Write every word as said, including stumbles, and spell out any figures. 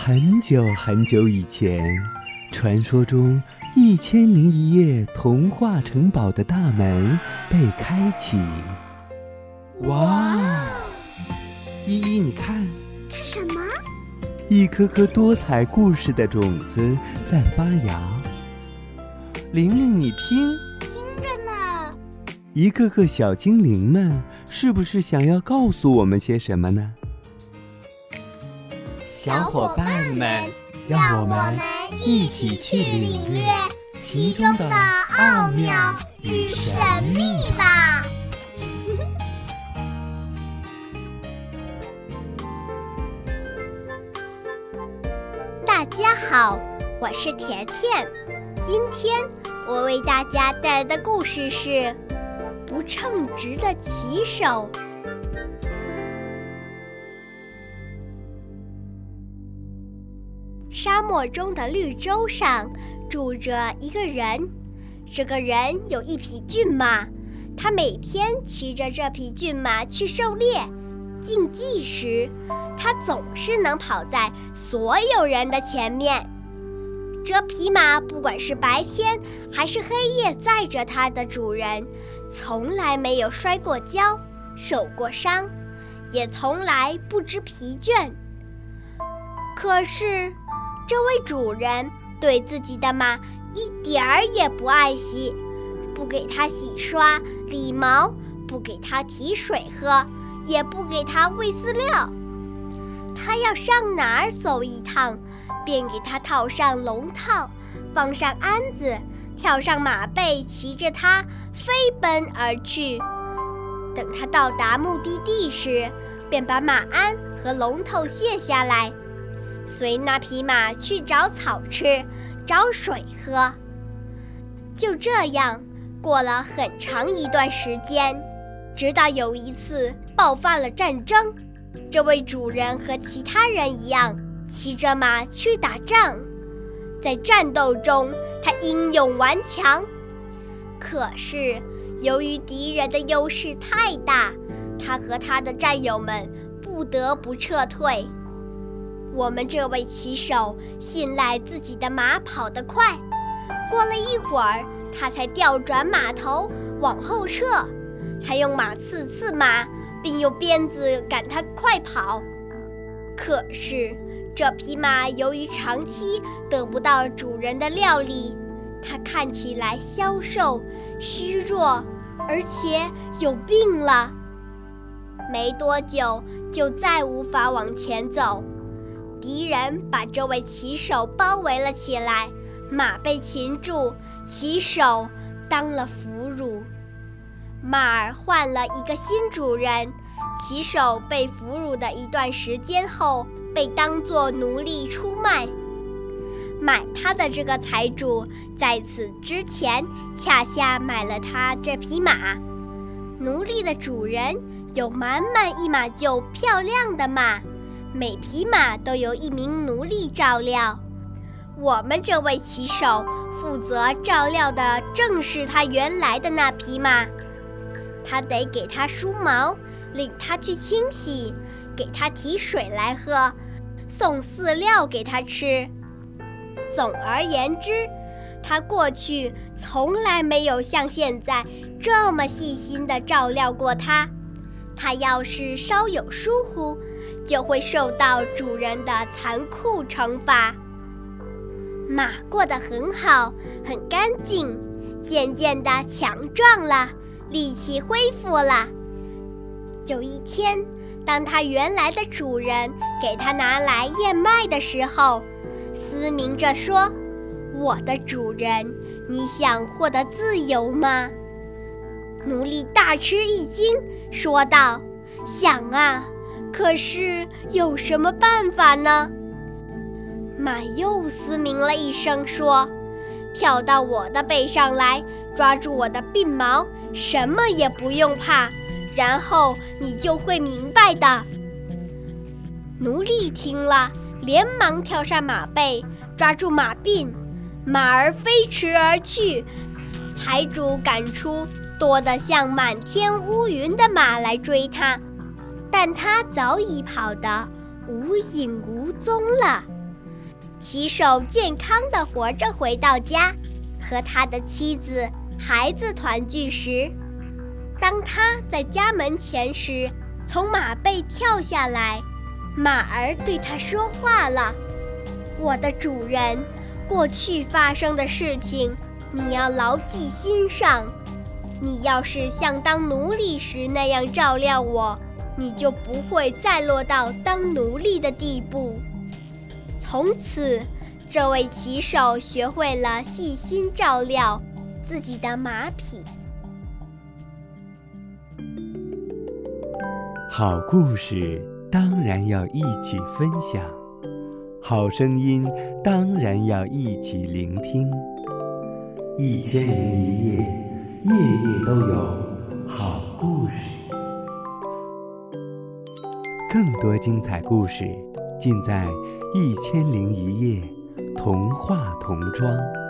很久很久以前，传说中一千零一夜童话城堡的大门被开启。哇！依依，你看， 看什么？ 一颗颗多彩故事的种子在发芽。玲玲，你听， 听着呢。 一个个小精灵们，是不是想要告诉我们些什么呢？小伙伴们，让我们一起去领略其中的奥妙与神秘吧。 大家好，我是甜甜。今天我为大家带来的故事是不称职的骑手。沙漠中的绿洲上住着一个人，这个人有一匹骏马，他每天骑着这匹骏马去狩猎。竞技时，他总是能跑在所有人的前面。这匹马不管是白天还是黑夜载着它的主人，从来没有摔过跤、受过伤，也从来不知疲倦。可是这位主人对自己的马一点儿也不爱惜，不给它洗刷理毛，不给它提水喝，也不给它喂饲料。他要上哪儿走一趟，便给它套上龙套，放上鞍子，跳上马背，骑着它飞奔而去。等他到达目的地时，便把马鞍和龙头卸下来，随那匹马去找草吃，找水喝。就这样过了很长一段时间，直到有一次爆发了战争，这位主人和其他人一样，骑着马去打仗。在战斗中，他英勇顽强。可是由于敌人的优势太大，他和他的战友们不得不撤退。我们这位骑手信赖自己的马跑得快，过了一会儿，他才调转马头往后撤。他用马刺刺马，并用鞭子赶它快跑。可是这匹马由于长期得不到主人的料理，它看起来消瘦、虚弱，而且有病了。没多久就再无法往前走。敌人把这位骑手包围了起来，马被擒住，骑手当了俘虏。马儿换了一个新主人，骑手被俘虏的一段时间后，被当作奴隶出卖。买他的这个财主在此之前恰恰买了他这匹马。奴隶的主人有满满一马厩漂亮的马，每匹马都由一名奴隶照料。我们这位骑手负责照料的正是他原来的那匹马。他得给它梳毛，领它去清洗，给它提水来喝，送饲料给它吃。总而言之，他过去从来没有像现在这么细心地照料过它。他要是稍有疏忽，就会受到主人的残酷惩罚。马过得很好，很干净，渐渐地强壮了，力气恢复了。有一天，当他原来的主人给他拿来燕麦的时候，嘶鸣着说：“我的主人，你想获得自由吗？”奴隶大吃一惊，说道：“想啊，可是有什么办法呢？”马又嘶鸣了一声，说：“跳到我的背上来，抓住我的鬓毛，什么也不用怕，然后你就会明白的。”奴隶听了，连忙跳上马背，抓住马鬓，马儿飞驰而去。财主赶出多得像满天乌云的马来追他，但他早已跑得无影无踪了。 骑手健康地活着回到家，和他的妻子、孩子团聚时，当他在家门前时，从马背跳下来，马儿对他说话了：“我的主人，过去发生的事情，你要牢记心上。你要是像当奴隶时那样照料我，你就不会再落到当奴隶的地步。”从此，这位骑手学会了细心照料自己的马匹。 好故事当然要一起分享，好声音当然要一起聆听。一千零一夜，夜夜都有好故事。更多精彩故事尽在《一千零一夜》童话童装。